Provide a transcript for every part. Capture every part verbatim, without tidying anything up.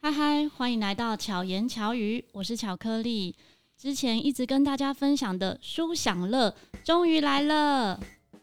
嗨嗨，欢迎来到巧言巧语，我是巧克力。之前一直跟大家分享的舒享乐终于来了。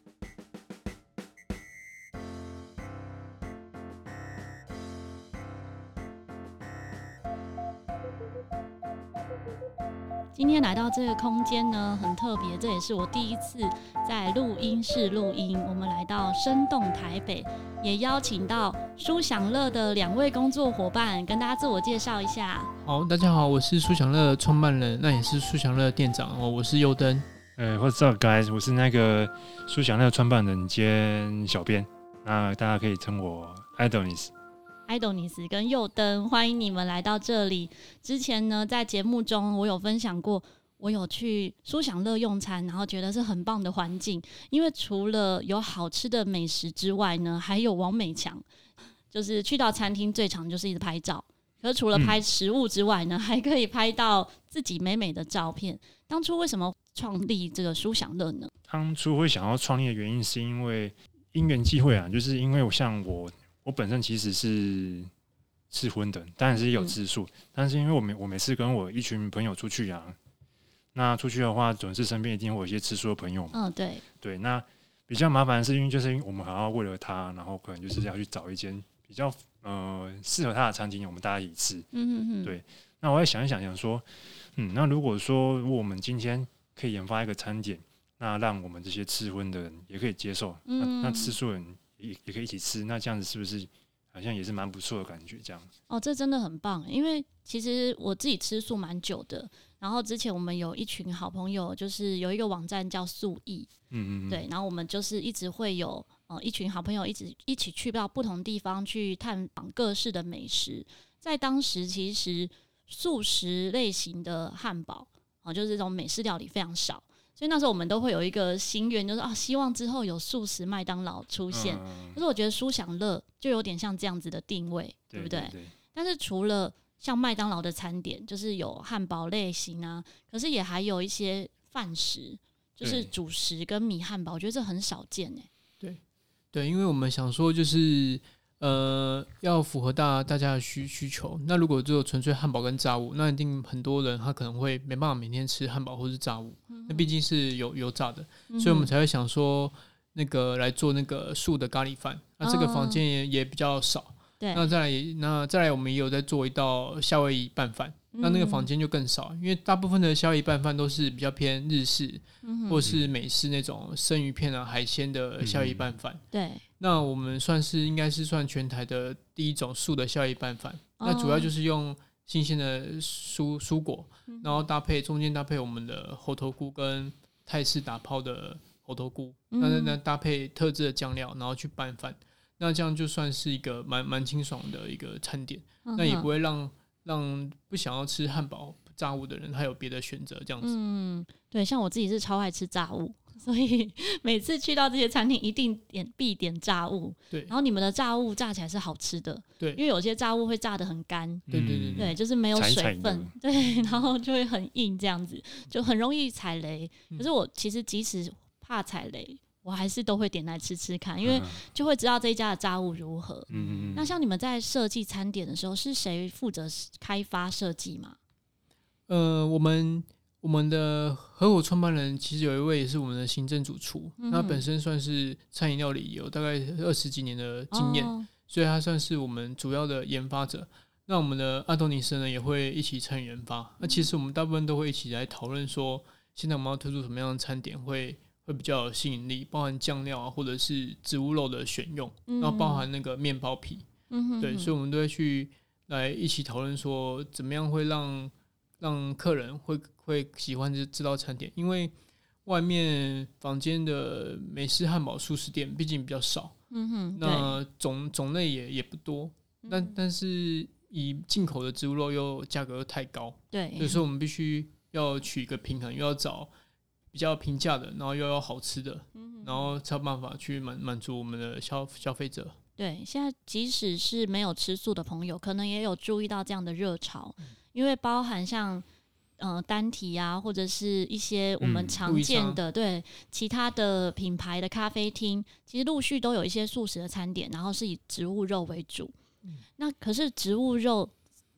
今天来到这个空间呢，很特别，这也是我第一次在录音室录音。我们来到生动台北，也邀请到舒享乐的两位工作伙伴，跟大家自我介绍一下。 好，大家好，我是舒享乐创办人，那也是舒享乐店长哦，我是佑登。 呃 ，What's up, guys？ 我是那个舒享乐创办人兼小编，那大家可以称我 Idonis。 艾斗尼斯跟佑登，欢迎你们来到这里。之前呢，在节目中我有分享过，我有去舒享乐用餐，然后觉得是很棒的环境，因为除了有好吃的美食之外呢，还有网美墙，就是去到餐厅最常就是一直拍照。可是除了拍食物之外呢，嗯、还可以拍到自己美美的照片。当初为什么创立这个舒享乐呢？ 当初会想要创立的原因，是因为因缘际会啊，就是因为我像我。我本身其实是吃荤的，当然是有吃素、嗯，但是因为我每我每次跟我一群朋友出去啊，那出去的话，总是身边一定会有一些吃素的朋友嘛。 嗯，对对，那比较麻烦的是，因为就是因为我们还要为了他，然后可能就是要去找一间比较呃适合他的餐厅，我们大家一起吃。嗯嗯嗯。对，那我在想一想，想说，嗯，那如果说如果我们今天可以研发一个餐点，那让我们这些吃荤的人也可以接受，嗯、那, 那吃素人。也, 也可以一起吃，那这样子是不是好像也是蛮不错的感觉？这样哦，这真的很棒，因为其实我自己吃素蛮久的，然后之前我们有一群好朋友，就是有一个网站叫素艺，嗯嗯，对，然后我们就是一直会有呃一群好朋友一直一起去到不同地方去探访各式的美食，在当时其实素食类型的汉堡啊、呃，就是这种美式料理非常少。所以那时候我们都会有一个心愿，就是啊，希望之后有素食麦当劳出现。嗯、可是我觉得舒享乐就有点像这样子的定位， 对, 对不对？对对对。但是除了像麦当劳的餐点，就是有汉堡类型啊，可是也还有一些饭食，就是主食跟米汉堡，我觉得这很少见哎、欸。 对对，因为我们想说就是呃，要符合大大家的需需求。那如果只有纯粹汉堡跟炸物，那一定很多人他可能会没办法每天吃汉堡或是炸物。那毕竟是有油炸的、嗯，所以我们才会想说那个来做那个素的咖喱饭。那这个房间 也,、哦、也比较少。对。那再来，那再来，我们也有在做一道夏威夷拌饭、嗯，那那个房间就更少，因为大部分的夏威夷拌饭都是比较偏日式、嗯、或是美式那种生鱼片啊、海鲜的夏威夷拌饭、嗯。对。那我们算是应该是算全台的第一种素的夏威夷拌饭、哦。那主要就是用新鲜的蔬蔬果，然后搭配中间搭配我们的猴头菇跟泰式打泡的猴头菇，嗯、那那搭配特制的酱料，然后去拌饭，那这样就算是一个蛮蛮清爽的一个餐点，嗯、那也不会让让不想要吃汉堡炸物的人还有别的选择这样子。嗯， 对，像我自己是超爱吃炸物。所以每次去到这些餐厅，一定点必点炸物。对，然后你们的炸物炸起来是好吃的。对，因为有些炸物会炸得很干。对对对对，就是没有水分。踩踩对，然后就会很硬，这样子就很容易踩雷。可是我其实即使怕踩雷，我还是都会点来吃吃看，因为就会知道这一家的炸物如何。嗯嗯。那像你们在设计餐点的时候，是谁负责开发设计吗？ 呃，我们。我们的合伙创办人其实有一位也是我们的行政主厨，嗯、他本身算是餐饮料理有大概二十几年的经验、哦，所以他算是我们主要的研发者。那我们的阿多尼斯呢也会一起参与研发。那其实我们大部分都会一起来讨论说，现在我们要推出什么样的餐点会会比较有吸引力，包含酱料啊，或者是植物肉的选用，嗯、然后包含那个面包皮，嗯、哼哼对，所以我们都会去来一起讨论说，怎么样会让让客人会会喜欢这这道餐点，因为外面房间的美式汉堡素食店毕竟比较少，嗯哼，那种种类也也不多，嗯、但但是以进口的植物肉又价格又太高，对，所以我们必须要取一个平衡，又要找比较平价的，然后又要好吃的，嗯、然后才有办法去满满足我们的消消费者。 对，现在即使是没有吃素的朋友，可能也有注意到这样的热潮，嗯、因为包含像。呃，单体啊，或者是一些我们常见的、嗯、对其他的品牌的咖啡厅，其实陆续都有一些素食的餐点，然后是以植物肉为主。嗯、那可是植物肉这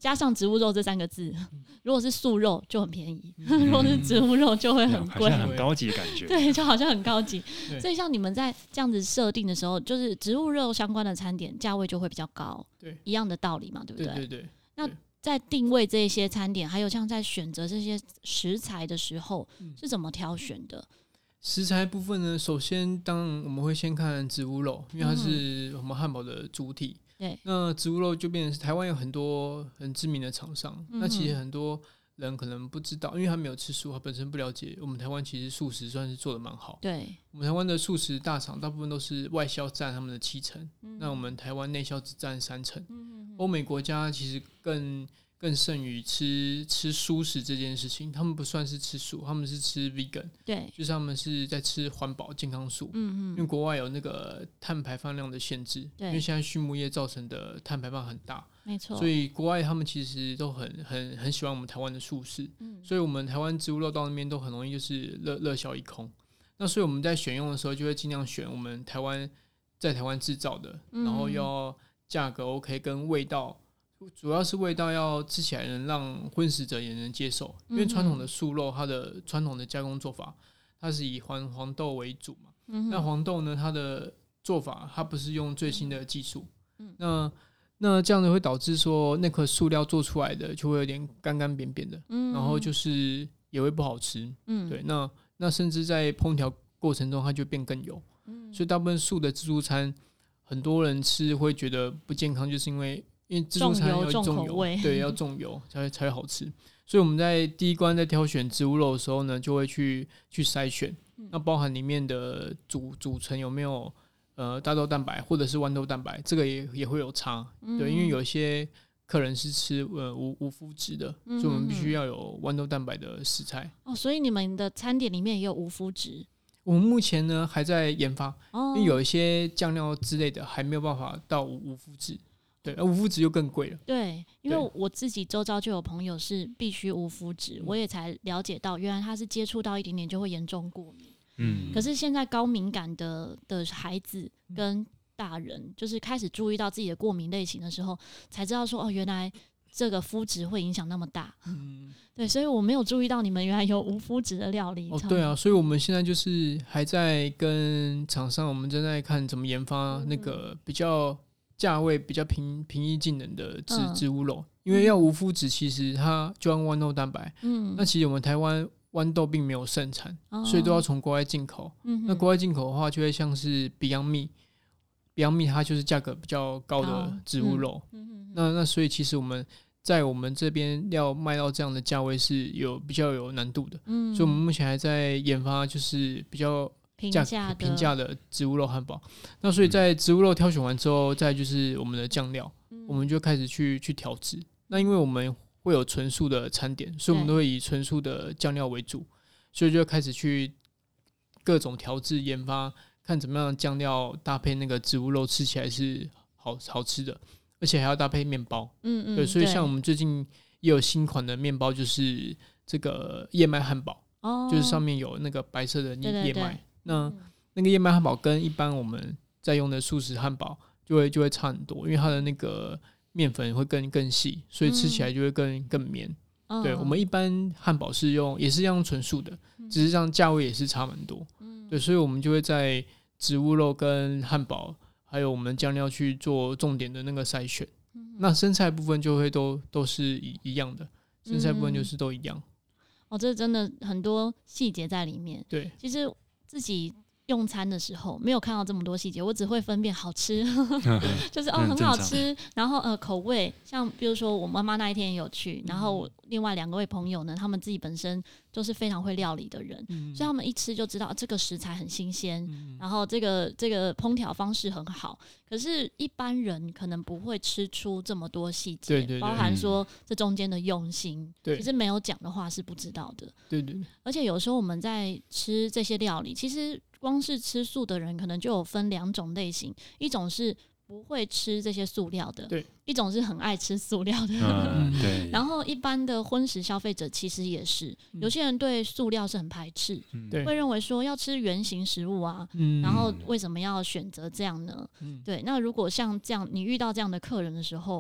加上植物肉这三个字，如果是素肉就很便宜，嗯、如果是植物肉就会很贵， 好像很高级的感觉。 对，就好像很高级。所以像你们在这样子设定的时候，就是植物肉相关的餐点价位就会比较高， 对， 一样的道理嘛，对不对？ 对对对。 那在定位这些餐点，还有像在选择这些食材的时候，嗯、是怎么挑选的？ 食材部分呢，首先当然我们会先看植物肉，因为它是我们汉堡的主体。 对， 那植物肉就变成是台湾有很多很知名的厂商，嗯、那其实很多人可能不知道，因为他没有吃素，他本身不了解。我们台湾其实素食算是做的蛮好。 对， 我们台湾的素食大厂大部分都是外销占他们的七成，嗯、那我们台湾内销只占三成。欧、嗯、美国家其实更更胜于吃吃蔬食这件事情，他们不算是吃素，他们是吃 vegan， 对， 就是他们是在吃环保健康素。嗯嗯，因为国外有那个碳排放量的限制，因为现在畜牧业造成的碳排放很大， 没错， 所以国外他们其实都很很很喜欢我们台湾的素食，嗯，所以我们台湾植物肉到那边都很容易就是热热销一空。那所以我们在选用的时候，就会尽量选我们台湾在台湾制造的，嗯、然后要价格 OK 跟味道。主要是味道要吃起来能让荤食者也能接受，因为传统的素肉它的传统的加工做法，它是以黄黄豆为主嘛。嗯、那黄豆呢，它的做法它不是用最新的技术，嗯、那那这样子会导致说那颗塑料做出来的就会有点干干扁扁的，嗯、然后就是也会不好吃。嗯、对，那那甚至在烹调过程中它就变更油，嗯、所以大部分素的自助餐很多人吃会觉得不健康，就是因为。因为自助餐要重油， 重口味对，要重油才会才会好吃。所以我们在第一关在挑选植物肉的时候呢，就会去去筛选，嗯、那包含里面的组组成有没有呃大豆蛋白或者是豌豆蛋白，这个也也会有差。嗯、对，因为有些客人是吃呃无无麸质的，嗯、所以我们必须要有豌豆蛋白的食材。 哦，所以你们的餐点里面也有无麸质。 我们目前呢还在研发，哦、因为有一些酱料之类的还没有办法到无麸质。对，无麸质就更贵了。 对，因为我自己周遭就有朋友是必须无麸质，嗯、我也才了解到，原来他是接触到一点点就会严重过敏。嗯，可是现在高敏感的的孩子跟大人，就是开始注意到自己的过敏类型的时候，才知道说哦，原来这个麸质会影响那么大。嗯，对，所以我没有注意到你们原来有无麸质的料理。 哦，对啊，所以我们现在就是还在跟厂商，我们正在看怎么研发那个比较。价位比较平平易近人的植植物肉，因为要无麸质，其实它就按豌豆蛋白。嗯，那其实我们台湾豌豆并没有盛产，哦、所以都要从国外进口。嗯，那国外进口的话，就会像是 Beyond Meat，Beyond Meat 它就是价格比较高的植物肉。嗯嗯、那那所以其实我们在我们这边要卖到这样的价位是有比较有难度的。嗯，所以我们目前还在研发，就是比较。 平价的平价的植物肉汉堡，那所以在植物肉挑选完之后，再就是我们的酱料，嗯、我们就开始去去调制。那因为我们会有纯素的餐点，所以我们都会以纯素的酱料为主，所以就开始去各种调制研发，看怎么样的酱料搭配那个植物肉吃起来是好好吃的，而且还要搭配面包。嗯嗯，对，所以像我们最近也有新款的面包，就是这个燕麦汉堡，哦、就是上面有那个白色的燕麦。对对对，那那个燕麦汉堡跟一般我们在用的素食汉堡就会就会差很多，因为它的那个面粉会更更细，所以吃起来就会更更绵。嗯、对，我们一般汉堡是用也是用纯素的，只是这样价位也是差蛮多。嗯、对，所以我们就会在植物肉跟汉堡还有我们酱料去做重点的那个筛选。嗯、那生菜部分就会都都是一一样的，生菜部分就是都一样。 嗯、哦，这真的很多细节在里面。 对， 其实。自己用餐的时候没有看到这么多细节，我只会分辨好吃就是哦很好吃，然后呃口味，像比如说我妈妈那一天也有去，然后我另外两个位朋友呢，他们自己本身就是非常会料理的人，嗯、所以他们一吃就知道这个食材很新鲜，嗯、然后这个这个烹调方式很好。可是，一般人可能不会吃出这么多细节， 对对对， 包含说这中间的用心， 对， 其实没有讲的话是不知道的。 对对。 而且有时候我们在吃这些料理，其实光是吃素的人，可能就有分两种类型，一种是不会吃这些塑料的， 对， 一种是很爱吃塑料的， 嗯、对。 然后一般的荤食消费者其实也是，嗯、有些人对塑料是很排斥，嗯、会认为说要吃原型食物啊，嗯、然后为什么要选择这样呢？嗯、对，那如果像这样，你遇到这样的客人的时候，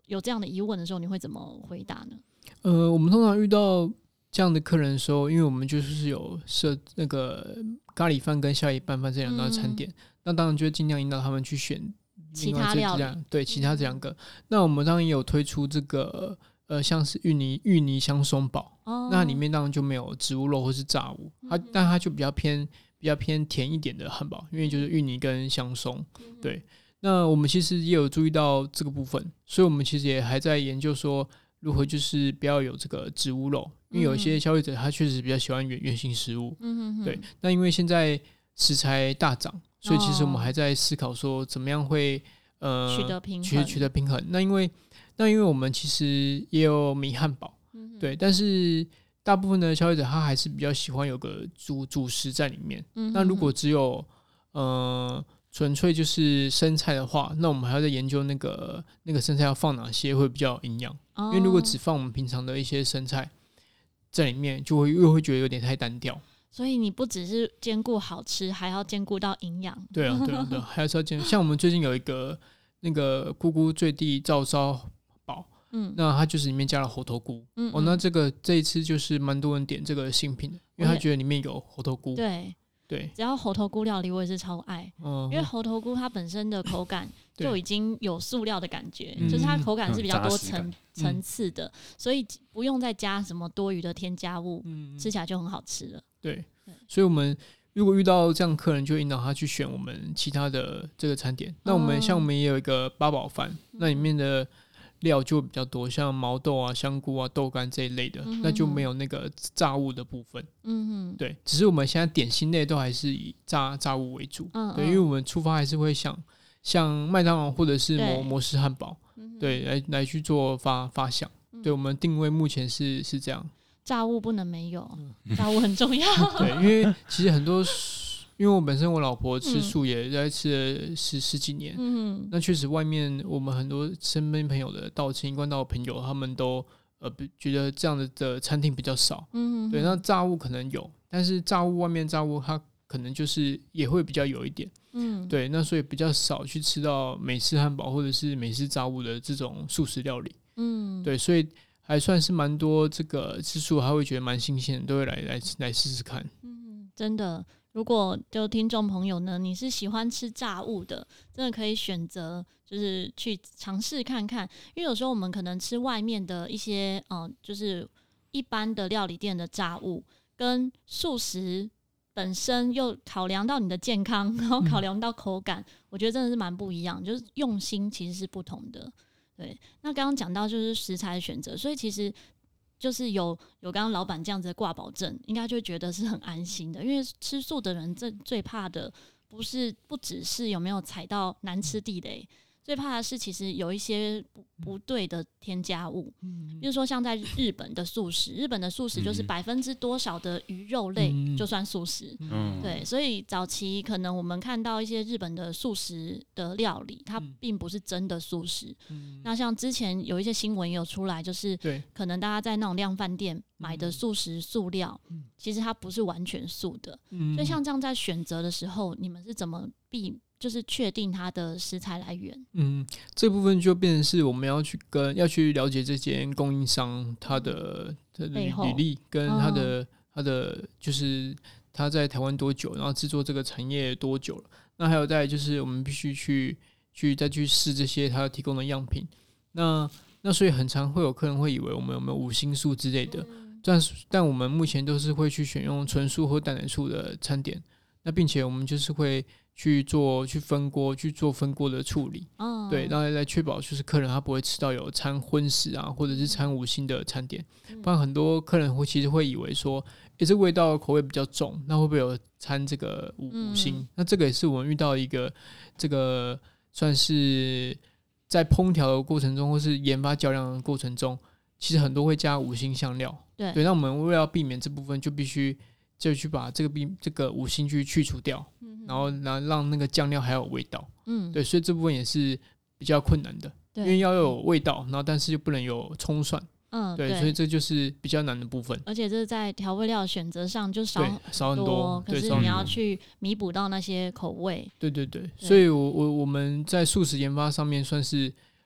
有这样的疑问的时候，你会怎么回答呢？ 呃，我们通常遇到这样的客人的时候，因为我们就是有设那个咖喱饭跟宵夜拌饭这两道餐点，嗯、那当然就尽量引导他们去选其他料理， 对其他这两个。嗯、那我们当然也有推出这个呃，像是芋泥芋泥香松堡，哦、那里面当然就没有植物肉或是炸物，它、嗯、但它就比较偏比较偏甜一点的汉堡，因为就是芋泥跟香松，嗯、对。那我们其实也有注意到这个部分，所以我们其实也还在研究说如何就是不要有这个植物肉，因为有一些消费者他确实比较喜欢原原型食物，嗯哼哼，对。那因为现在食材大涨，所以其实我们还在思考说怎么样会呃取得平衡， 取取得平衡。那因为那因为我们其实也有米汉堡，嗯、对，但是大部分的消费者他还是比较喜欢有个主主食在里面。嗯、那如果只有呃。纯粹就是生菜的话，那我们还要再研究那个那个生菜要放哪些会比较有营养，哦、因为如果只放我们平常的一些生菜在里面，就会又会觉得有点太单调。 所以你不只是兼顾好吃，还要兼顾到营养。 对啊，对啊，对啊，还是要兼顾。像我们最近有一个那个咕咕最地照烧堡，嗯，那它就是里面加了猴头菇，嗯嗯哦，那这个这一次就是蛮多人点这个新品的，因为他觉得里面有猴头菇。 对。 对， 只要猴头菇料理我也是超爱，嗯、因为猴头菇它本身的口感就已经有塑料的感觉，就是它口感是比较多层层、嗯、次的，所以不用再加什么多余的添加物，嗯、吃起来就很好吃了。 对，对所以我们如果遇到这样客人，就引导他去选我们其他的这个餐点。那我们、嗯、像我们也有一个八宝饭，那里面的料就比较多，像毛豆啊、香菇啊、豆干这一类的，嗯、那就没有那个炸物的部分。嗯哼，对，只是我们现在点心类都还是以炸炸物为主。嗯，对，因为我们出发还是会想像麦当劳或者是摩摩斯汉堡，对，来来去做发发想。嗯、对，我们定位目前是是这样， 炸物不能没有，嗯、炸物很重要。 对，因为其实很多。因为我本身我老婆吃素也在吃了十、嗯、十几年，嗯、那确实外面我们很多身边朋友的道亲关道的朋友，他们都呃觉得这样的的餐厅比较少，嗯、对，那炸物可能有，但是炸物外面炸物它可能就是也会比较有一点，嗯、对，那所以比较少去吃到美式汉堡或者是美式炸物的这种素食料理，嗯、对，所以还算是蛮多这个吃素还会觉得蛮新鲜的，都会来来来试试看， 嗯，真的。如果就听众朋友呢，你是喜欢吃炸物的，真的可以选择就是去尝试看看，因为有时候我们可能吃外面的一些呃，就是一般的料理店的炸物，跟素食本身又考量到你的健康，然后考量到口感，嗯、我觉得真的是蛮不一样，就是用心其实是不同的。对，那刚刚讲到就是食材的选择，所以其实。就是有有刚刚老板这样子的挂保证，应该就会觉得是很安心的，因为吃素的人最最怕的不是不只是有没有踩到难吃地雷，最怕的是其实有一些 不, 不对的添加物，嗯，比如说像在日本的素食，日本的素食就是百分之多少的鱼肉类就算素食，嗯，对，所以早期可能我们看到一些日本的素食的料理，它并不是真的素食，嗯，那像之前有一些新闻也有出来，就是可能大家在那种量贩店买的素食素料，嗯，其实它不是完全素的，嗯，所以像这样在选择的时候，你们是怎么避？就是确定它的食材来源， 嗯，这部分就变成是我们要去跟要去了解这间供应商他的他的履历跟他的、哦、他的就是他在台湾多久，然后制作这个产业多久了。那还有再来就是我们必须去去再去试这些他提供的样品。那那所以很常会有客人会以为我们有没有五星素之类的，嗯、但但我们目前都是会去选用纯素或蛋奶素的餐点。那并且我们就是会去做去分锅去做分锅的处理，哦、对，然后来确保就是客人他不会吃到有掺荤食啊，或者是掺五星的餐点，嗯、不然很多客人会其实会以为说，诶，这味道口味比较重，那会不会有掺这个五五星？嗯、那这个也是我们遇到一个这个算是在烹调的过程中，或是研发较量的过程中，其实很多会加五星香料，对，对，那我们为了要避免这部分，就必须。就去把这个这个五星去去除掉，嗯、然后让那个酱料还有味道，嗯，对，所以这部分也是比较困难的，因为要有味道，然后但是又不能有葱蒜，嗯，对，对，所以这就是比较难的部分。 而且这是在调味料选择上就少很少很多， 可是你要去弥补到那些口味。 对对对，对所以我我我们在素食研发上面算是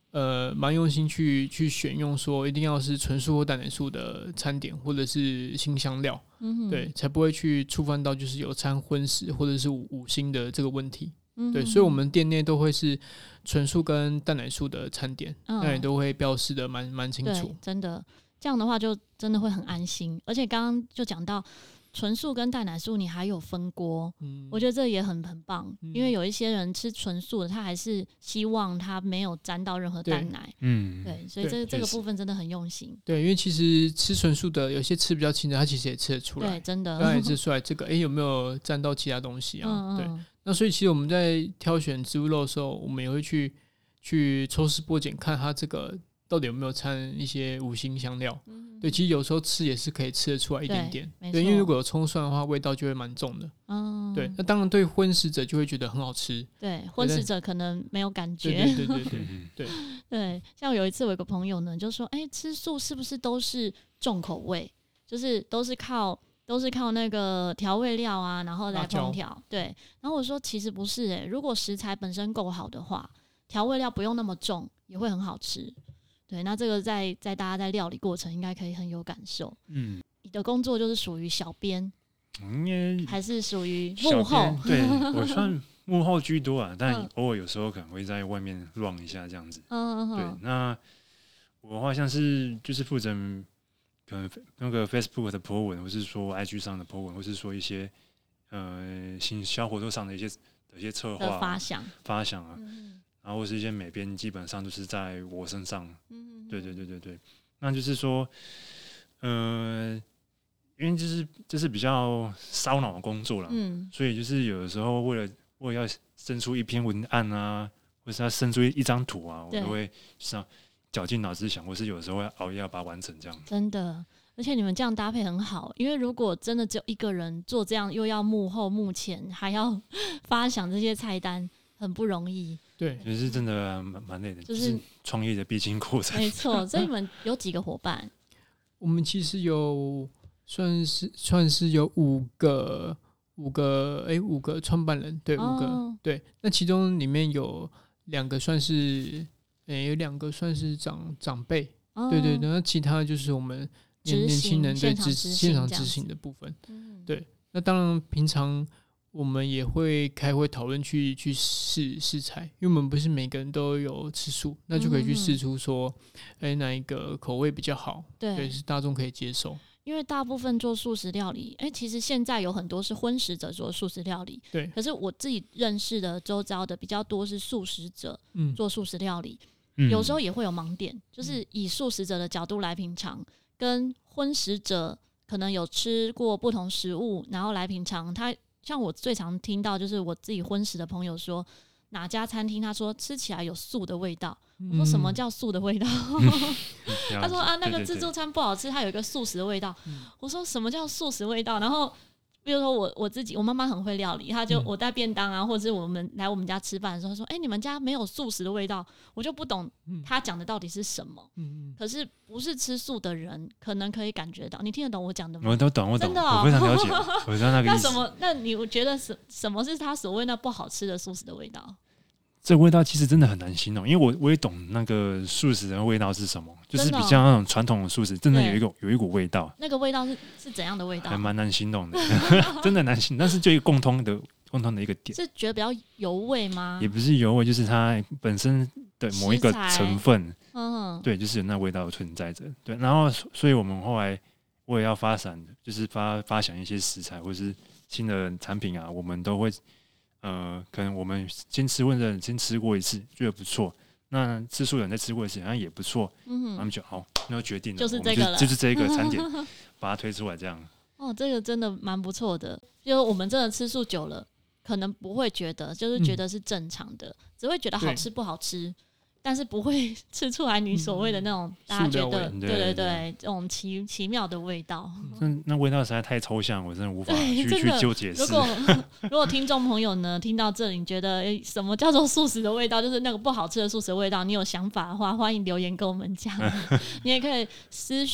呃蛮用心去去选用，说一定要是纯素或蛋奶素的餐点或者是辛香料，嗯，对，才不会去触犯到就是有掺荤食或者是五辛的这个问题。嗯，对，所以我们店内都会是纯素跟蛋奶素的餐点，嗯，那也都会标示的蛮蛮清楚。 真的，这样的话就真的会很安心。而且刚刚就讲到纯素跟蛋奶素，你还有分锅，嗯，我觉得这也很很棒，嗯，因为有一些人吃纯素的，他还是希望他没有沾到任何蛋奶，嗯，对，所以这这个部分真的很用心。 对，因为其实吃纯素的，有些吃比较轻的，他其实也吃得出来， 对，真的， 他也吃出来这个，哎，有没有沾到其他东西啊？嗯嗯，对。那所以其实我们在挑选植物肉的时候，我们也会去去抽丝剥茧，看它这个到底有没有掺一些五辛香料。嗯，对，其实有时候吃也是可以吃得出来一点点。对，对，因为如果有葱蒜的话，味道就会蛮重的。嗯，对。那当然对荤食者就会觉得很好吃。 对，荤食者可能没有感觉。 对对对对对对对。像有一次我有个朋友呢，就说：“哎，吃素是不是都是重口味？就是都是靠。”都是靠那个调味料啊，然后来烹调。对，然后我说其实不是诶、欸，如果食材本身够好的话，调味料不用那么重，也会很好吃。对，那这个在在大家在料理过程应该可以很有感受。嗯，你的工作就是属于小编，嗯，还是属于幕后？ 对，我算幕后居多啊，但偶尔有时候可能会在外面乱一下这样子。嗯嗯嗯。对，那我的话像是就是负责。可能那个 Facebook 的 po 文，或是说 I G 上的 po 文，或是说一些呃行销活动上的一些的一些策划、 发想、 发想啊，嗯，然后或是一些美编，基本上都是在我身上。嗯，对对对对对，那就是说，呃，因为这是这是比较烧脑的工作啦，嗯，所以就是有的时候为了为了要生出一篇文案啊，或是要生出一张图啊，我都会上。绞尽脑汁想，或是有时候会熬夜要把它完成这样。 真的，而且你们这样搭配很好，因为如果真的只有一个人做这样，又要幕后幕前，还要发想这些菜单，很不容易。 对， 其实真的蛮蛮累的，就是创业的必经过程。 没错，所以你们有几个伙伴？ 我们其实有算是算是有五个五个哎、欸、五个创办人，对，五个、哦、对，那其中里面有两个算是。欸、有两个算是长长辈，哦、对对对，那其他就是我们年年轻人对执现场执行的部分，嗯、对。那当然，平常我们也会开会讨论去去试试菜，因为我们不是每个人都有吃素，那就可以去试出说，哎、嗯欸，哪一个口味比较好，对，对是大众可以接受。 因为大部分做素食料理，哎、欸，其实现在有很多是荤食者做素食料理， 对。 可是我自己认识的周遭的比较多是素食者做素食料理。嗯，有时候也会有盲点，就是以素食者的角度来品尝，跟荤食者可能有吃过不同食物，然后来品尝。他像我最常听到，就是我自己荤食的朋友说，哪家餐厅他说吃起来有素的味道。我说什么叫素的味道？嗯、他说啊，那个自助餐不好吃，它有一个素食的味道。嗯、我说什么叫素食味道？然后。比如说我我自己，我妈妈很会料理，她就我带便当啊，或者是我们来我们家吃饭的时候说，哎、欸，你们家没有素食的味道，我就不懂她讲的到底是什么。嗯、可是不是吃素的人，可能可以感觉到，你听得懂我讲的吗？ 我都懂，我懂， 真的、哦， 我非常了解，我知道那个意思。 那什么？那你觉得什什么是他所谓那不好吃的素食的味道？ 这味道其实真的很难形容，因为我我也懂那个素食的味道是什么，就是比较那种传统的素食，真的有一个有一股味道。 那个味道是是怎样的味道？ 还蛮难形容的，真的难形容。但是就一个共通的共通的一个点， 是觉得比较油味吗？ 也不是油味，就是它本身的某一个成分，嗯，对，就是有那味道存在着。对，然后所以我们后来我也要发展，就是发发想一些食材或是新的产品啊，我们都会。呃，可能我们先吃荤的人先吃过一次，觉得不错。那吃素的人再吃过一次，好像也不错。嗯，他们就好，那就决定了， 就是这个了， 就, 就是这个餐点，把它推出来这样。 哦，这个真的蛮不错的。就我们真的吃素久了，可能不会觉得，就是觉得是正常的，嗯、只会觉得好吃不好吃。但是不会吃出来你所谓的那种、嗯、大家觉得对对对这种奇奇妙的味道， 那那味道实在太抽象，我真的无法去去纠结。 如果如果听众朋友呢听到这里，你觉得、欸、什么叫做素食的味道，就是那个不好吃的素食的味道，你有想法的话，欢迎留言跟我们讲。你也可以私讯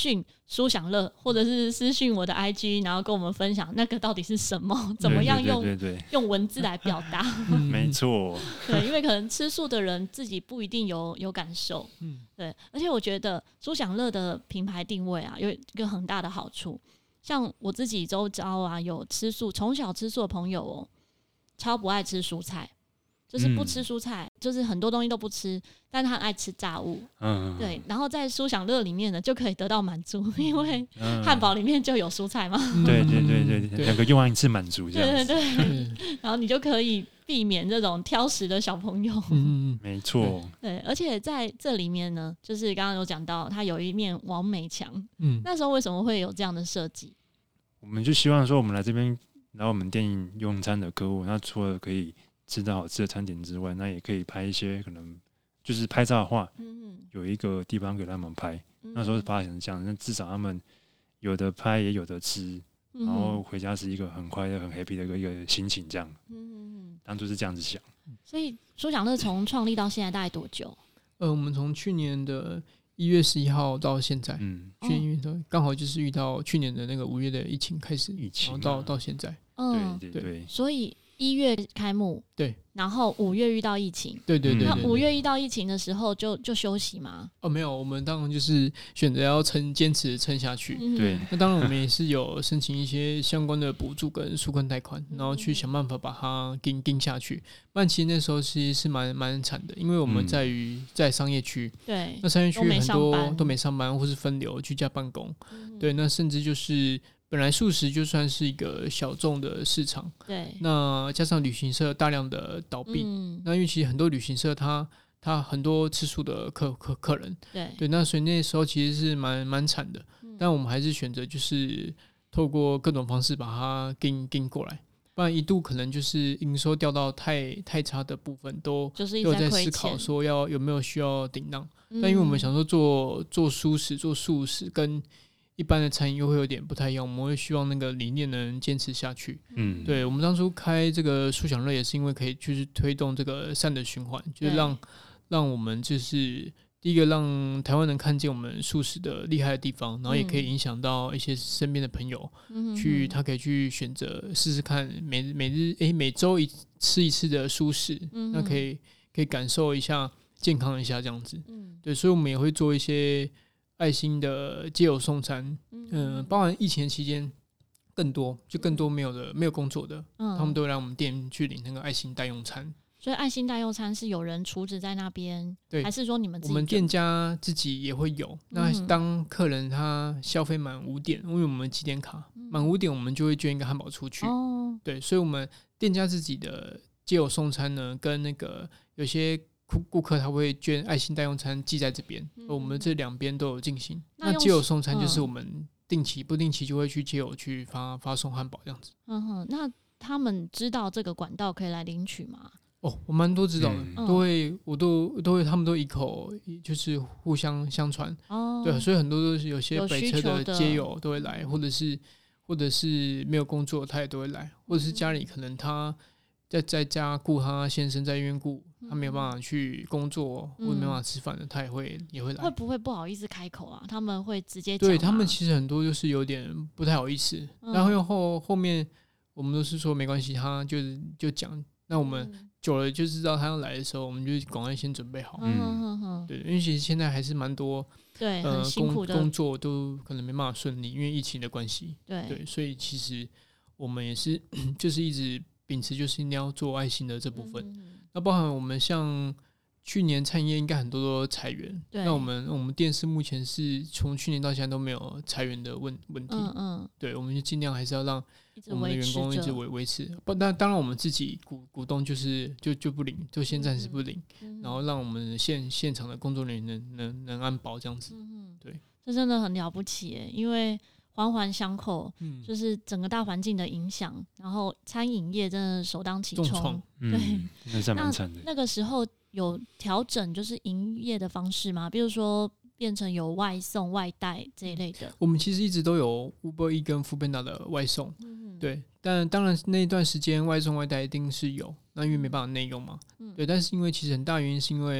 舒享乐，或者是私讯我的 I G， 然后跟我们分享那个到底是什么，怎么样用对对对对用文字来表达。 没错， 对，因为可能吃素的人自己不一定有有感受。嗯，对，而且我觉得舒享乐的品牌定位啊，有一个很大的好处。像我自己周遭啊，有吃素从小吃素的朋友哦，超不爱吃蔬菜。就是不吃蔬菜、嗯，就是很多东西都不吃，但他爱吃炸物，嗯，对，然后在舒享乐里面呢，就可以得到满足，因为汉堡里面就有蔬菜嘛， 嗯、对对对对，两个用完一次满足这样子， 对对对，然后你就可以避免这种挑食的小朋友， 嗯，没错， 对，而且在这里面呢，就是刚刚有讲到，它有一面网美墙，嗯，那时候为什么会有这样的设计？ 我们就希望说，我们来这边来我们店用餐的客户，那除了可以吃到好吃的餐点之外，那也可以拍一些可能就是拍照的话，嗯、有一个地方给他们拍。嗯、那时候发现是这样，那至少他们有的拍也有的吃，嗯、然后回家是一个很快乐、很 happy 的一个一个心情，这样。嗯、当初是这样子想。 所以舒享乐从创立到现在大概多久？ 呃，我们从去年的一月十一号到现在，嗯，去年刚好就是遇到去年的那个五月的疫情开始， 疫情、啊、 然后到到现在， 嗯， 对对 对, 对， 所以。一月开幕， 对， 然后五月遇到疫情， 对对 对, 对, 对。 那五月遇到疫情的时候就，就就休息吗？ 哦，没有，我们当然就是选择要撑，坚持撑下去。 嗯、 对， 那当然我们也是有申请一些相关的补助跟纾困贷款，然后去想办法把它盯盯下去。不然其实那时候其实是蛮蛮惨的，因为我们在于在商业区， 对， 那商业区很多都没上班或是分流居家办公，嗯、对，那甚至就是。本来素食就算是一个小众的市场， 对， 那加上旅行社大量的倒闭，嗯、那因为其实很多旅行社它它很多吃素的客客客人， 对对，那所以那时候其实是蛮蛮惨的，嗯、但我们还是选择就是透过各种方式把它跟跟过来，不然一度可能就是营收掉到太太差的部分，都就是又在思考说要有没有需要顶档，嗯、但因为我们想说做做蔬食做素食跟一般的餐饮又会有点不太一样，我们会希望那个理念能坚持下去。嗯，对，我们当初开这个舒享乐也是因为可以就是推动这个善的循环，就是让让我们就是第一个让台湾人看见我们素食的厉害的地方，然后也可以影响到一些身边的朋友，嗯、去他可以去选择试试看每每日诶每周一吃一次的素食，嗯、那可以可以感受一下健康一下这样子。嗯，对，所以我们也会做一些。爱心的街友送餐，嗯、呃，包含疫情期间更多，就更多没有的没有工作的，嗯、他们都会来我们店去领那个爱心代用餐。 所以爱心代用餐是有人厨子在那边，对，还是说你们自己？ 我们店家自己也会有。那当客人他消费满五点，因为我们集点卡满五点，我们就会捐一个汉堡出去。哦，对，所以我们店家自己的街友送餐呢，跟那个有些。顾客他会捐爱心代用餐寄在这边，嗯、我们这两边都有进行。那街友送餐就是我们定期、不定期就会去街友去发发送汉堡这样子。 嗯哼，那他们知道这个管道可以来领取吗？ 哦，我蛮多知道的，嗯、都会，我都都会，他们都一口就是互相相传。哦，对，所以很多都是有些北车的街友都会来，或者是或者是没有工作他也都会来，或者是家里可能他。在在家顾他先生在医院顾，他没有办法去工作，嗯、或者没办法吃饭的，他也会也会来。 会不会不好意思开口啊？他们会直接讲。 对他们其实很多就是有点不太好意思，嗯、然后后后面我们都是说没关系，他就是就讲。那我们久了就知道他要来的时候，我们就赶快先准备好。嗯嗯嗯，对，因为其实现在还是蛮多对、 呃、 很辛苦的工作都可能没办法顺利，因为疫情的关系。 对对，所以其实我们也是就是一直。秉持就是一定要做爱心的这部分，嗯、那包含我们像去年餐饮业应该很多都裁员，那我们我们店是目前是从去年到现在都没有裁员的问问题，嗯嗯，对，我们就尽量还是要让我们的员工一直维维持，不，但当然我们自己股股东就是就就不领，就先暂时不领，嗯、然后让我们现现场的工作人员能能能安保这样子，嗯、对， 这真的很了不起耶，因为。环环相扣，嗯、就是整个大环境的影响，然后餐饮业真的首当其冲，对， 嗯、那是蛮惨的。 那个时候有调整，就是营业的方式吗？比如说变成有外送、外带这一类的。 我们其实一直都有 Uber Eats 跟 Foodpanda 的外送，嗯、对，但当然那一段时间外送外带一定是有，那因为没办法内用嘛，嗯、对，但是因为其实很大原因是因为。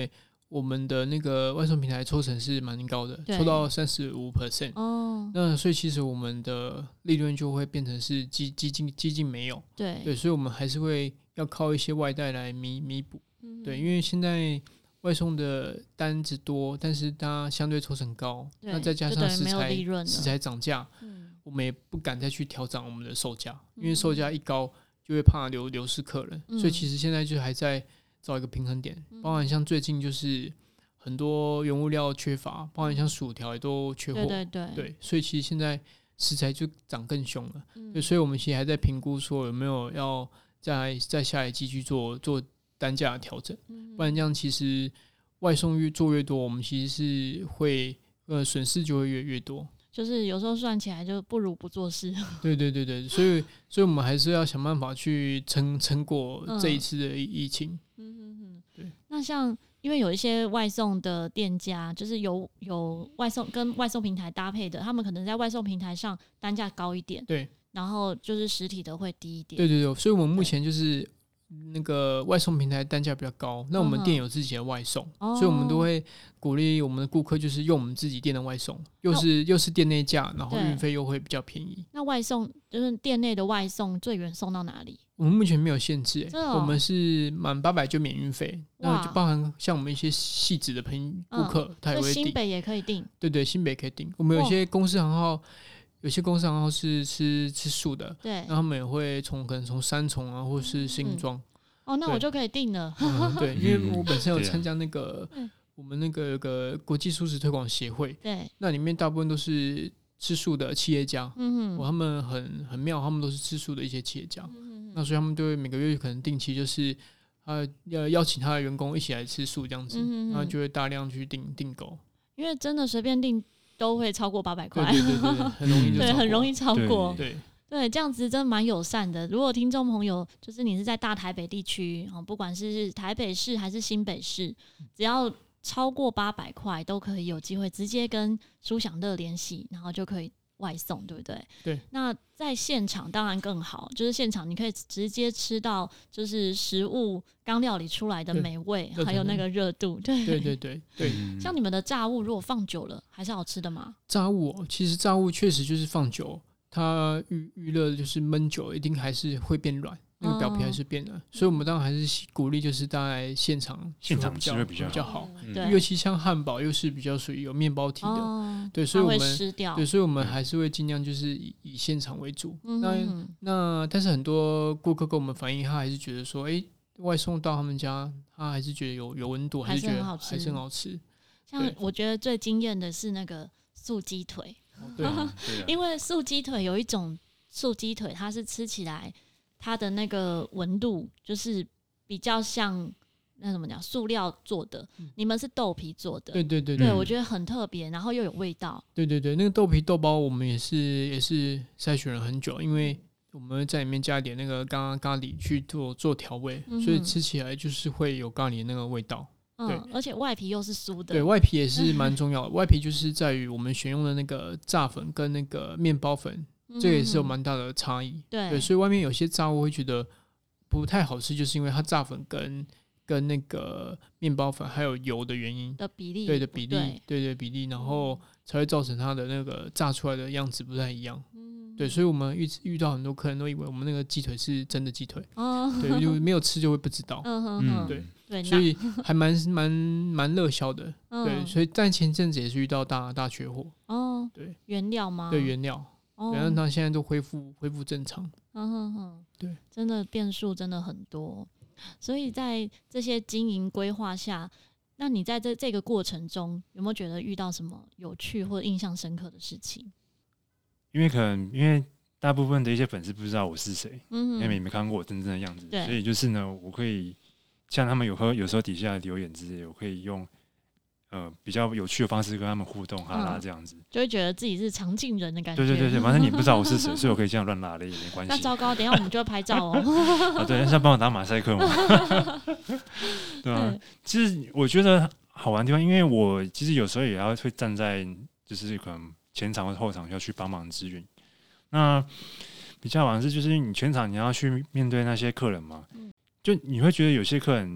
我们的那个外送平台抽成是蛮高的，抽到 百分之三十五。哦，那所以其实我们的利润就会变成是几几近几近没有。 对对，所以我们还是会要靠一些外带来弥弥补。嗯、对，因为现在外送的单子多，但是它相对抽成高，那再加上食材食材涨价，嗯、我们也不敢再去调整我们的售价，因为售价一高就会怕流流失客人，嗯、所以其实现在就还在找一个平衡点，包含像最近就是很多原物料缺乏，包含像薯条也都缺货， 对对 对, 对，所以其实现在食材就涨更凶了，嗯、对，所以我们其实还在评估说有没有要在在下一季去做做单价的调整，嗯、不然这样其实外送越做越多，我们其实是会呃损失就会越越多。 就是有时候算起来就不如不做事。 对对对对，所以所以我们还是要想办法去撑撑过这一次的疫情。嗯嗯嗯，对。那像因为有一些外送的店家，就是有有外送跟外送平台搭配的，他们可能在外送平台上单价高一点， 对， 然后就是实体的会低一点。 对对对，所以我们目前就是那个外送平台单价比较高，那我们店有自己的外送，嗯、所以我们都会鼓励我们的顾客就是用我们自己店的外送，又是又是店内价，然后运费又会比较便宜。 那外送就是店内的外送最远送到哪里？ 我们目前没有限制，欸哦、 我们是满八百就免运费，那就包含像我们一些细致的朋顾客，嗯、他也会订。 新北也可以订， 对对，新北可以订。我们有些公司行号。有些公司行号是吃吃素的， 对， 那他们也会从可能从三重啊，或是新庄。嗯哦，那我就可以订了。 嗯、对，因为我本身有参加那个、嗯、我们那个有个国际素食推广协会， 对， 那里面大部分都是吃素的企业家，嗯、哦、他们很很妙，他们都是吃素的一些企业家，嗯、那所以他们就会每个月可能定期就是他要邀请他的员工一起来吃素这样子，嗯、然后就会大量去订订购， 因为真的随便订都会超过八百块， 对对对对，很容易就对，很容易超过， 对。对对，这样子真的蛮友善的。如果听众朋友就是你是在大台北地区，不管是台北市还是新北市，只要超过八百块都可以有机会直接跟舒享乐联系，然后就可以外送，对不对？ 对。 那在现场当然更好，就是现场你可以直接吃到就是食物刚料理出来的美味，还有那个热度。对对对对对。 像你们的炸物如果放久了，还是好吃的吗？ 炸物、哦、其实炸物确实就是放久。它预预热就是焖久，一定还是会变软，那个表皮还是变软，哦、所以我们当然还是鼓励，就是大概现场现场吃会比较好， 嗯、 尤其像汉堡又是比较属于有面包体的， 哦、 对，所以我们会湿掉， 对，所以我们还是会尽量就是以以现场为主。嗯、那那但是很多顾客跟我们反映，他还是觉得说，哎、欸，外送到他们家，他还是觉得有有温度，还是觉得还是很好吃。 像我觉得最惊艳的是那个素鸡腿。 对啊， 对啊， 因为素鸡腿有一种素鸡腿，它是吃起来它的那个纹路就是比较像那怎么讲塑料做的，嗯、你们是豆皮做的， 对对对对, 对，我觉得很特别，然后又有味道。 对对对，那个豆皮豆包我们也是也是筛选了很久，因为我们在里面加一点那个咖咖喱去做做调味，嗯、所以吃起来就是会有咖喱的那个味道。 嗯，而且外皮又是酥的， 对，外皮也是蛮重要的。外皮就是在于我们选用的那个炸粉跟那个面包粉，嗯、这个也是有蛮大的差异。 对， 对，所以外面有些炸物会觉得不太好吃，就是因为它炸粉跟跟那个面包粉还有油的原因的比例， 对的比例，对 对, 对比例，然后才会造成它的那个炸出来的样子不太一样。嗯，对，所以我们遇遇到很多客人都以为我们那个鸡腿是真的鸡腿，哦，对，就没有吃就会不知道。嗯哼哼，对。 对， 所以还蛮蛮蛮热销的，嗯、对，所以但前阵子也是遇到大大缺货哦，对， 原料吗？ 对，原料，哦、原料它现在都恢复恢复正常， 嗯哼哼， 对， 真的变数真的很多，所以在这些经营规划下，那你在这这个过程中有没有觉得遇到什么有趣或者印象深刻的事情？ 因为可能因为大部分的一些粉丝不知道我是谁，嗯，因为也没看过我真正的样子，所以就是呢，我可以。像他们有和有时候底下留言之类，我可以用呃比较有趣的方式跟他们互动哈拉这样子， 嗯、就会觉得自己是常进人的感觉。 对对对对，反正你不知道我是谁，所以我可以这样乱拉的也没关系。 那糟糕，等一下我们就会拍照哦。 啊，对，是要帮我打马赛克吗？对啊，对，其实我觉得好玩的地方，因为我其实有时候也要会站在就是可能前场或后场要去帮忙支援。那比较好玩是就是你全场你要去面对那些客人嘛。嗯，就你会觉得有些客人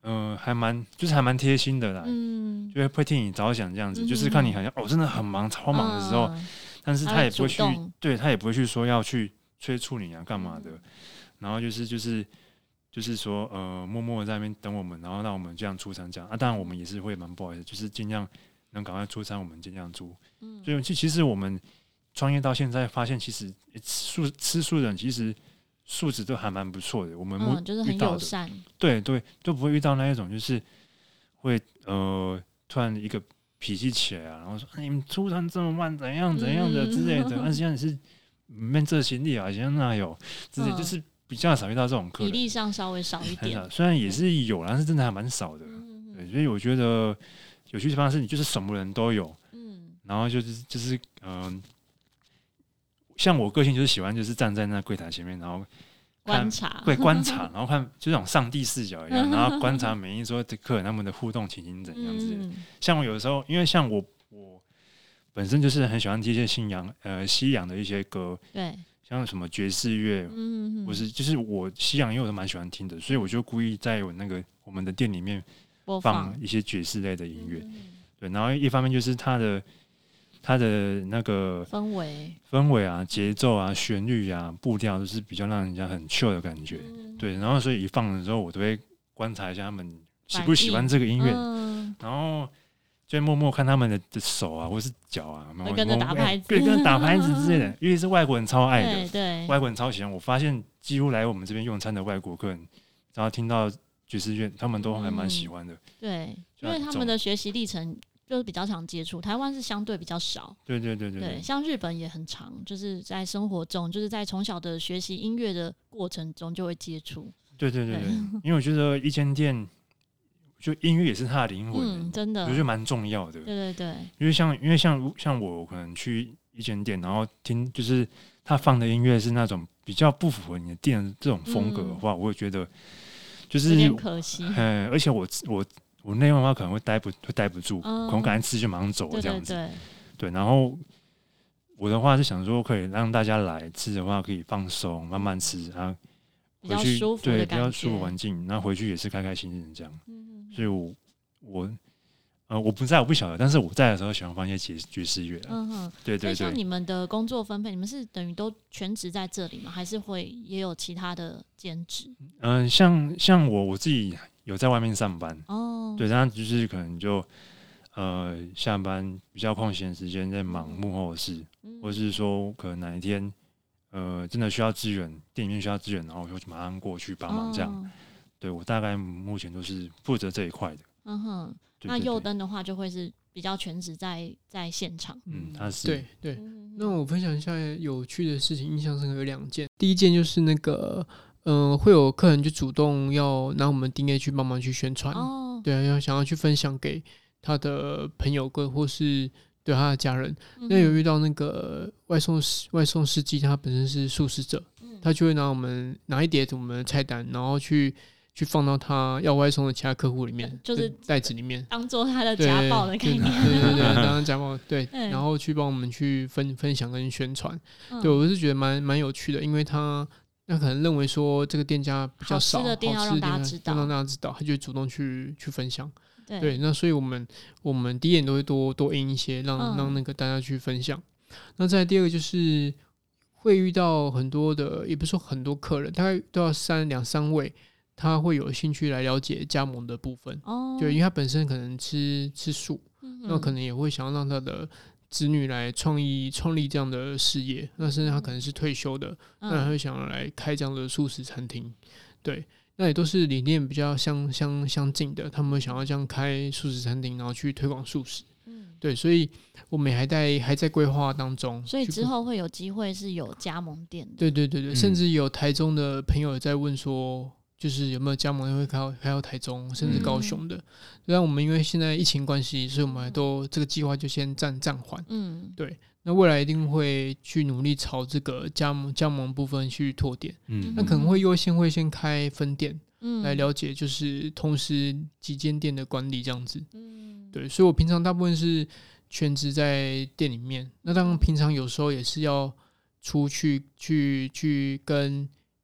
呃，还蛮就是还蛮贴心的啦，嗯，就会会替你着想这样子，嗯、就是看你好像哦真的很忙超忙的时候，嗯、但是他也不会去，对他也不会去说要去催促你啊干嘛的，嗯、然后就是就是就是说呃默默在那边等我们，然后让我们这样出餐这样啊，当然我们也是会蛮不好意思，就是尽量能赶快出餐，我们尽量出，嗯，所以其实我们创业到现在发现，其实素吃素的人其实。素质都还蛮不错的，我们嗯就是很友善， 对对，都不会遇到那一种就是会呃突然一个脾气起来啊，然后说、哎、你们出餐这么慢，怎样怎样的之类的，但是现在是没这行李啊，现在哪有之类，就是比较少遇到这种客人， 比例上稍微少一点， 很少，虽然也是有，但是真的还蛮少的。对，所以我觉得有趣的地方是你就是什么人都有，嗯，然后就是就是嗯。呃像我个性就是喜欢，就是站在那柜台前面，然后观察， 对观察，然后看就这种上帝视角一样，然后观察每一桌的客人他们的互动情形怎样之类的。嗯、像我有的时候，因为像我我本身就是很喜欢听一些西洋呃西洋的一些歌， 对， 像什么爵士乐，嗯，我是就是我西洋音乐我都蛮喜欢听的，所以我就故意在我那个我们的店里面放一些爵士类的音乐，嗯、对，然后一方面就是它的。它的那个氛围、 氛围啊、节奏啊、旋律啊、步调都是比较让人家很 chill 的感觉，嗯、对。然后所以一放的时候，我都会观察一下他们喜不喜欢这个音乐，嗯、然后就默默看他们 的, 的手啊，或是脚啊， 会跟着打拍子， 对，跟着打拍子之类的。因为是外国人超爱的， 对对， 外国人超喜欢。我发现几乎来我们这边用餐的外国客人，然后听到爵士乐，他们都还蛮喜欢的。 嗯、对，因为他们的学习历程。就是比较常接触，台湾是相对比较少。 对对对 对, 对, 对，像日本也很常，就是在生活中，就是在从小的学习音乐的过程中就会接触。 对对对 对, 对，因为我觉得一间店，就音乐也是它的灵魂、欸嗯，真的， 我觉得蛮重要的。 对对对， 因为像因为像像我可能去一间店，然后听就是他放的音乐是那种比较不符合你的店的这种风格的话，嗯、我会觉得就是有点可惜。 嗯，而且我我。我内用的话可能会待不会待不住，嗯、可能赶紧吃就马上走这样子。对, 对, 对, 对，然后我的话是想说，可以让大家来吃的话，可以放松，慢慢吃，然后回去对比较舒服环境，然后回去也是开开心心的这样。嗯、所以我我呃我不在我不晓得，但是我在的时候喜欢放一些爵爵士乐。嗯哼，对对对。 像你们的工作分配，你们是等于都全职在这里吗？还是会也有其他的兼职？ 嗯、呃，像像我我自己。有在外面上班哦，对，然后就是可能就呃下班比较空闲时间在忙幕后的事，嗯、或是说可能哪一天呃真的需要支援，店里面需要支援，然后我就马上过去帮忙这样。哦、对我大概目前都是负责这一块的。 嗯哼，对对对，那右灯的话就会是比较全职在在现场。 嗯，他是对对。嗯、那我分享一下有趣的事情，印象深刻有两件。第一件就是那个。嗯、呃，会有客人就主动要拿我们丁 A 去帮忙去宣传，哦、对啊，要想要去分享给他的朋友或或是对他的家人。嗯、那有遇到那个外送外送司机，他本身是素食者，嗯、他就会拿我们拿一叠我们的菜单，然后去去放到他要外送的其他客户里面，就是袋子里面， 当做他的家暴的概念， 对对 对, 对，当家暴对，然后去帮我们去分分享跟宣传。嗯、对我是觉得蛮蛮有趣的，因为他。那可能认为说这个店家比较少， 好吃的店要让大家知道， 让大家知道，他就主动去去分享。对，对，那所以我们我们第一眼都会多多印一些，让、嗯、让那个大家去分享。那再来第二个就是会遇到很多的，也不是说很多客人，大概都要三两三位，他会有兴趣来了解加盟的部分。哦，对，因为他本身可能吃吃素，嗯、那可能也会想要让他的。子女来创意创立这样的事业，那甚至他可能是退休的，嗯、那他会想要来开这样的素食餐厅，对，那也都是理念比较相相相近的，他们会想要这样开素食餐厅，然后去推广素食，嗯、对，所以我们也还在还在规划当中， 所以之后会有机会是有加盟店的， 对对对对，嗯、甚至有台中的朋友也在问说。就是有没有加盟会开到开到台中甚至高雄的，但、嗯、我们因为现在疫情关系，所以我们还都这个计划就先暂暂缓。嗯，对，那未来一定会去努力朝这个加盟加盟部分去拓点。嗯，那可能会优先会先开分店，嗯，来了解就是同时几间店的管理这样子。嗯，对，所以我平常大部分是全职在店里面，那当然平常有时候也是要出去去去跟。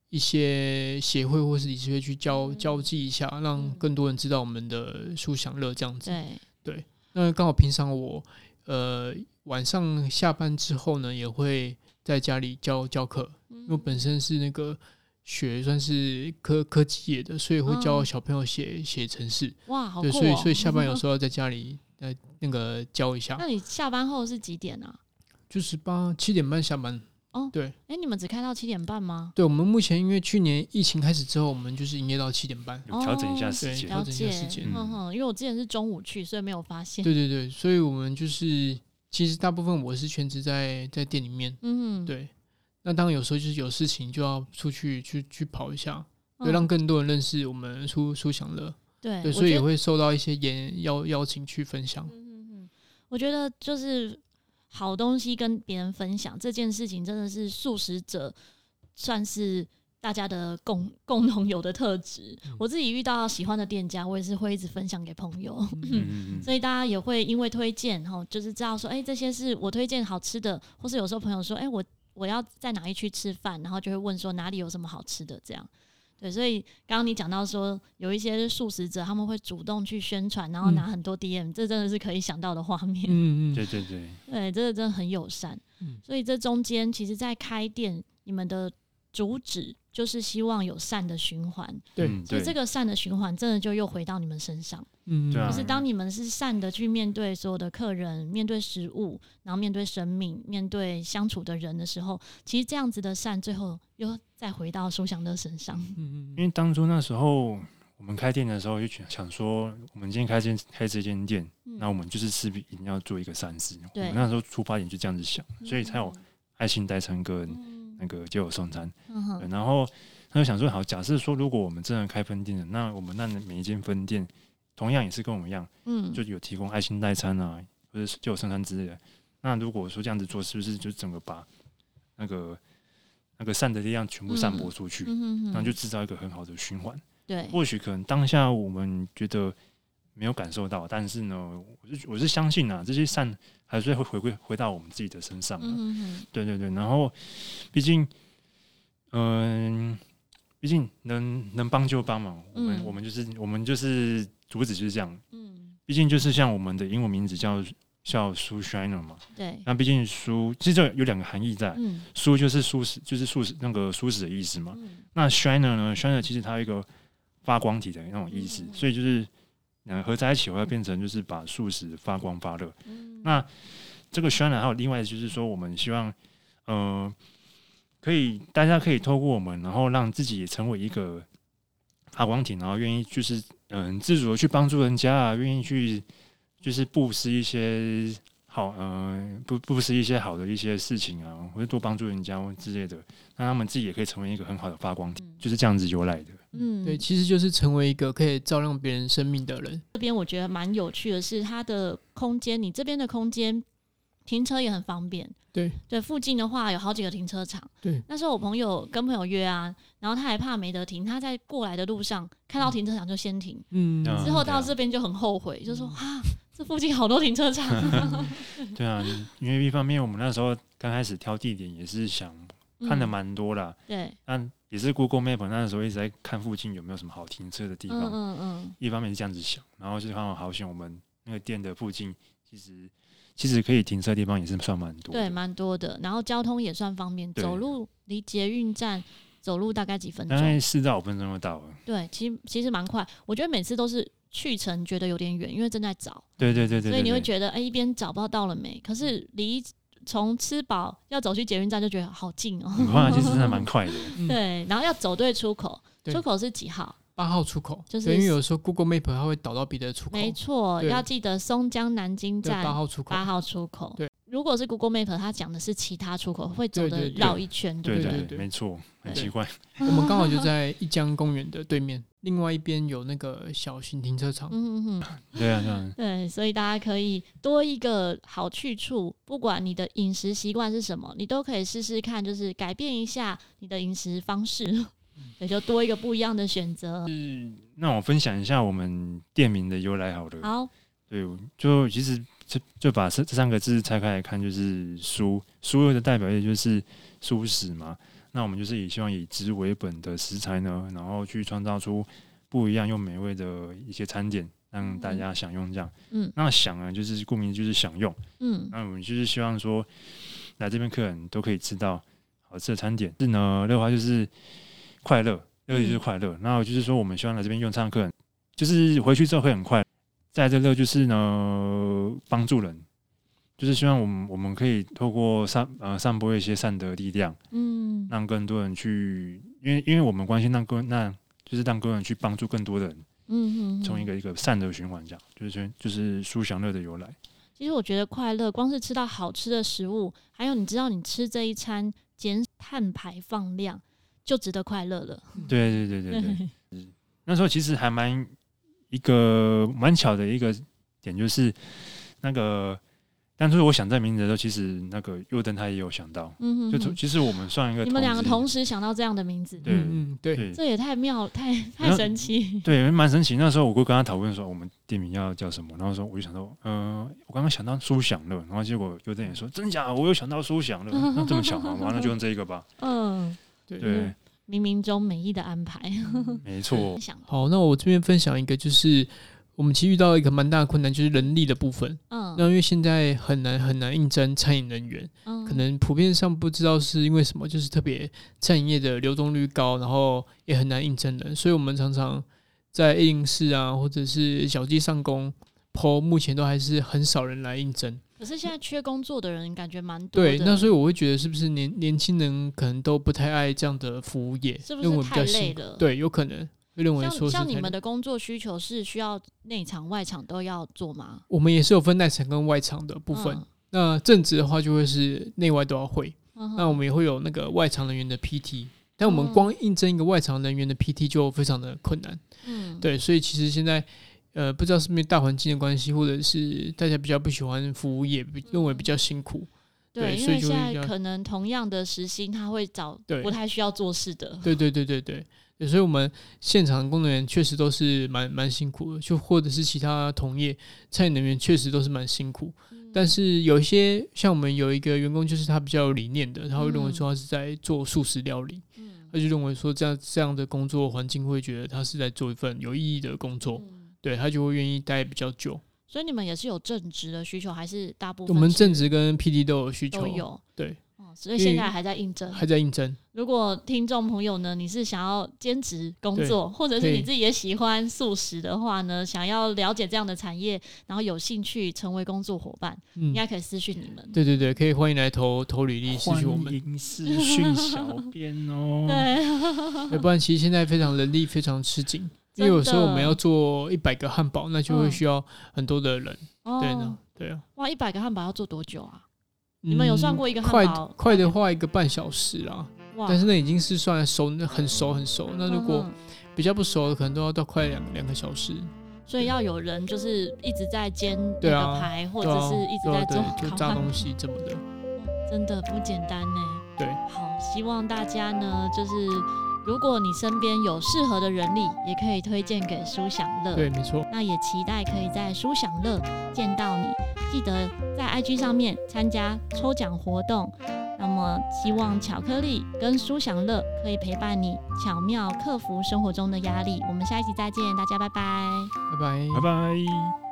一些协会或是理事会去交交际一下，让更多人知道我们的书享乐这样子。 对对，那刚好平常我呃晚上下班之后呢，也会在家里教教课，因为本身是那个学算是科科技业的，所以会教小朋友写写程式。 哇，好对， 酷哦！ 所以所以下班有时候要在家里呃那个教一下。 那你下班后是几点啊？ 就是八七点半下班。 哦， 对， 哎、欸，你们只开到七点半吗？ 对，我们目前因为去年疫情开始之后，我们就是营业到七点半， 有调整一下时间， 了解。 嗯哼哼，因为我之前是中午去，所以没有发现。 对对对，所以我们就是其实大部分我是全职在在店里面，嗯，对。那当然有时候就是有事情就要出去去去跑一下，对，嗯、让更多人认识我们书书享乐。 对对，所以也会受到一些演邀邀请去分享。 嗯嗯，我觉得就是好东西跟别人分享这件事情，真的是素食者算是大家的共共同有的特质。嗯、我自己遇到喜欢的店家，我也是会一直分享给朋友，嗯、所以大家也会因为推荐，就是知道说，哎、欸，这些是我推荐好吃的，或是有时候朋友说，哎、欸，我我要在哪一区吃饭，然后就会问说哪里有什么好吃的，这样。对，所以刚刚你讲到说有一些素食者他们会主动去宣传，然后拿很多 D M，、嗯、这真的是可以想到的画面。 嗯嗯， 对对对， 对，这个真的很友善。嗯、所以这中间其实，在开店，你们的主旨就是希望有善的循环。 对， 所以这个善的循环真的就又回到你们身上。 嗯， 就是当你们是善的去面对所有的客人，面对食物，然后面对生命，面对相处的人的时候，其实这样子的善最后又再回到书享乐身上。 嗯，因为当初那时候我们开店的时候就想说，我们今天开间开这间店，那、嗯、我们就是势必一定要做一个善事。我们那时候出发点就这样子想，所以才有爱心代餐跟那个接我送餐。嗯、然后他就想说，好，假设说如果我们真的开分店了，那我们那每一间分店同样也是跟我们一样，嗯，就有提供爱心代餐啊，或者接我送餐之类的。那如果说这样子做，是不是就整个把那个那个善的力量全部散播出去，然后、嗯嗯、就制造一个很好的循环？ 对， 或许可能当下我们觉得没有感受到，但是呢，我是我是相信啊，这些善还是会回归回到我们自己的身上的。嗯、对对对，然后毕竟，嗯、呃，毕竟能能帮就帮嘛，我们、嗯、我们就是我们就是主旨就是这样。嗯，毕竟就是像我们的英文名字叫叫书 Shiner 嘛， 对， 那毕竟书其实就有两个含义在，嗯，书就是素食，就是素食那个素食的意思嘛。嗯、那 Shiner 呢 ，Shiner 其实它有一个发光体的那种意思，嗯、所以就是两个合在一起会变成就是把素食发光发热。嗯、那这个 Shiner 还有另外就是说，我们希望，呃，可以大家可以透过我们，然后让自己也成为一个发光体，然后愿意就是嗯、呃、自主的去帮助人家啊，愿意去就是布施一些好呃布布施一些好的一些事情啊，或者多帮助人家之类的，那他们自己也可以成为一个很好的发光体，嗯、就是这样子由来的。 嗯，对，其实就是成为一个可以照亮别人生命的人。 这边我觉得蛮有趣的是，它的空间，你这边的空间停车也很方便。 对对，附近的话有好几个停车场。 对， 那时候我朋友跟朋友约啊，然后他还怕没得停，他在过来的路上看到停车场就先停。嗯，之后到这边就很后悔，嗯、就说啊，这附近好多停车场。 对啊，因为一方面我们那时候刚开始挑地点也是想看的蛮多啦。 嗯、对， 但也是 Google Map 那时候一直在看附近有没有什么好停车的地方。嗯嗯嗯。一方面是这样子想，然后就刚好好险，我们那个店的附近其实其实可以停车的地方也是算蛮多的。 对，蛮多的。然后交通也算方便，走路离捷运站走路大概几分钟？大概四到五分钟就到了。 对，其实其实蛮快。我觉得每次都是去程觉得有点远，因为正在找。 对对 对, 对, 对, 对, 对， 所以你会觉得哎、欸，一边找不知道到了没？可是离从吃饱要走去捷运站就觉得好近哦， 很快，其实真的蛮快的。 对，然后要走对出口，出口是几号？ 八号出口，就是因为有时候 Google Map 它会导到别的出口。 没错，要记得松江南京站八号出口。 八号出口。 对， 如果是 Google Map 它讲的是其他出口，会走的绕一圈， 对不对？ 对对，没错，很奇怪。 我们刚好就在一江公园的对面，另外一边有那个小型停车场。 嗯嗯嗯， 对啊，对啊。 对，所以大家可以多一个好去处，不管你的饮食习惯是什么，你都可以试试看，就是改变一下你的饮食方式。也就多一个不一样的选择。 嗯，那我分享一下我们店名的由来好了。 好， 对，就其实就就把这这三个字拆开来看，就是蔬蔬的代表也就是蔬食嘛。 那我们就是以希望以质为本的食材呢，然后去创造出不一样又美味的一些餐点，让大家享用这样。嗯，那享呢，就是顾名就是享用。嗯，那我们就是希望说，来这边客人都可以吃到好吃的餐点。是呢，乐华就是快乐，乐就是快乐。然后就是说，我们希望来这边用餐的客人，就是回去之后会很快。再这乐就是呢，帮助人。就是希望我们我们可以透过散呃散播一些善的力量，嗯，让更多人去，因为因为我们关心让更那就是让更多人去帮助更多的人，嗯嗯，从一个一个善的循环这样，就是就是舒享乐的由来。 其实我觉得快乐，光是吃到好吃的食物，还有你知道你吃这一餐减碳排放量，就值得快乐了。 对对对对对，那时候其实还蛮一个蛮巧的一个点，就是那个。但是我想这名字的时候，其实那个佑登他也有想到，嗯哼哼，就其实我们算一个， 你们两个同时想到这样的名字， 对，嗯对， 这也太妙，太太神奇， 对，蛮神奇。那时候我会跟他讨论说，我们店名要叫什么，然后说我就想说，嗯、呃，我刚刚想到舒享乐，然后结果佑登也说，真假，我有想到舒享乐，那这么巧吗？完了就用这一个吧，嗯， 对。对，冥冥中美意的安排， 没错。 好，那我这边分享一个就是。我们其实遇到一个蛮大的困难，就是人力的部分。嗯，那因为现在很难很难应征餐饮人员，嗯，可能普遍上不知道是因为什么，就是特别餐饮业的流动率高，然后也很难应征人，所以我们常常在一零四啊，或者是小鸡上工 P O， 目前都还是很少人来应征。 可是现在缺工作的人感觉蛮多的。 对，那所以我会觉得是不是年年轻人可能都不太爱这样的服务业， 是不是太累了？ 对，有可能。认为说像, 像你们的工作需求是需要内场外场都要做吗？ 我们也是有分内场跟外场的部分。嗯、那正职的话就会是内外都要会。嗯、那我们也会有那个外场人员的 P T， 但我们光应征一个外场人员的 P T 就非常的困难。嗯，对，所以其实现在呃不知道是不是大环境的关系，或者是大家比较不喜欢服务业，认为比较辛苦。 对，因为现在可能同样的时薪，他会找不太需要做事的。 对对对对对。对，所以我们现场工作人员确实都是蛮蛮辛苦的，就或者是其他同业餐饮人员确实都是蛮辛苦。嗯、但是有一些像我们有一个员工，就是他比较有理念的，他会认为说他是在做素食料理，嗯、他就认为说这样这样的工作环境会觉得他是在做一份有意义的工作，嗯、对他就会愿意待比较久。 所以你们也是有正职的需求，还是大部分？ 我们正职跟 P D 都有需求， 都有。 对。 所以现在还在应征， 还在应征。 如果听众朋友呢，你是想要兼职工作，或者是你自己也喜欢素食的话呢，想要了解这样的产业，然后有兴趣成为工作伙伴，嗯、应该可以私讯你们。 对对对，可以欢迎来投投履历，私讯我们。 欢迎私讯小编哦。 对，不然其实现在非常人力非常吃紧，因为有时候我们要做一百个汉堡，那就会需要很多的人。嗯、对呢，对啊。 哇，一百个汉堡要做多久啊？你们有算过一个汉堡、 嗯、快快的话一个半小时啦，但是那已经是算熟很熟很熟。那如果比较不熟的，可能都要到快两两个小时。 所以要有人就是一直在煎那个排，啊、或者是一直在做烤就炸东西怎么的， 真的不简单呢。 对， 好，希望大家呢，就是如果你身边有适合的人力，也可以推荐给舒享乐。 对，没错。 那也期待可以在舒享乐见到你。记得在 I G 上面参加抽奖活动。那么希望巧克力跟舒享乐可以陪伴你，巧妙克服生活中的压力。我们下一集再见，大家拜拜， 拜拜， 拜拜。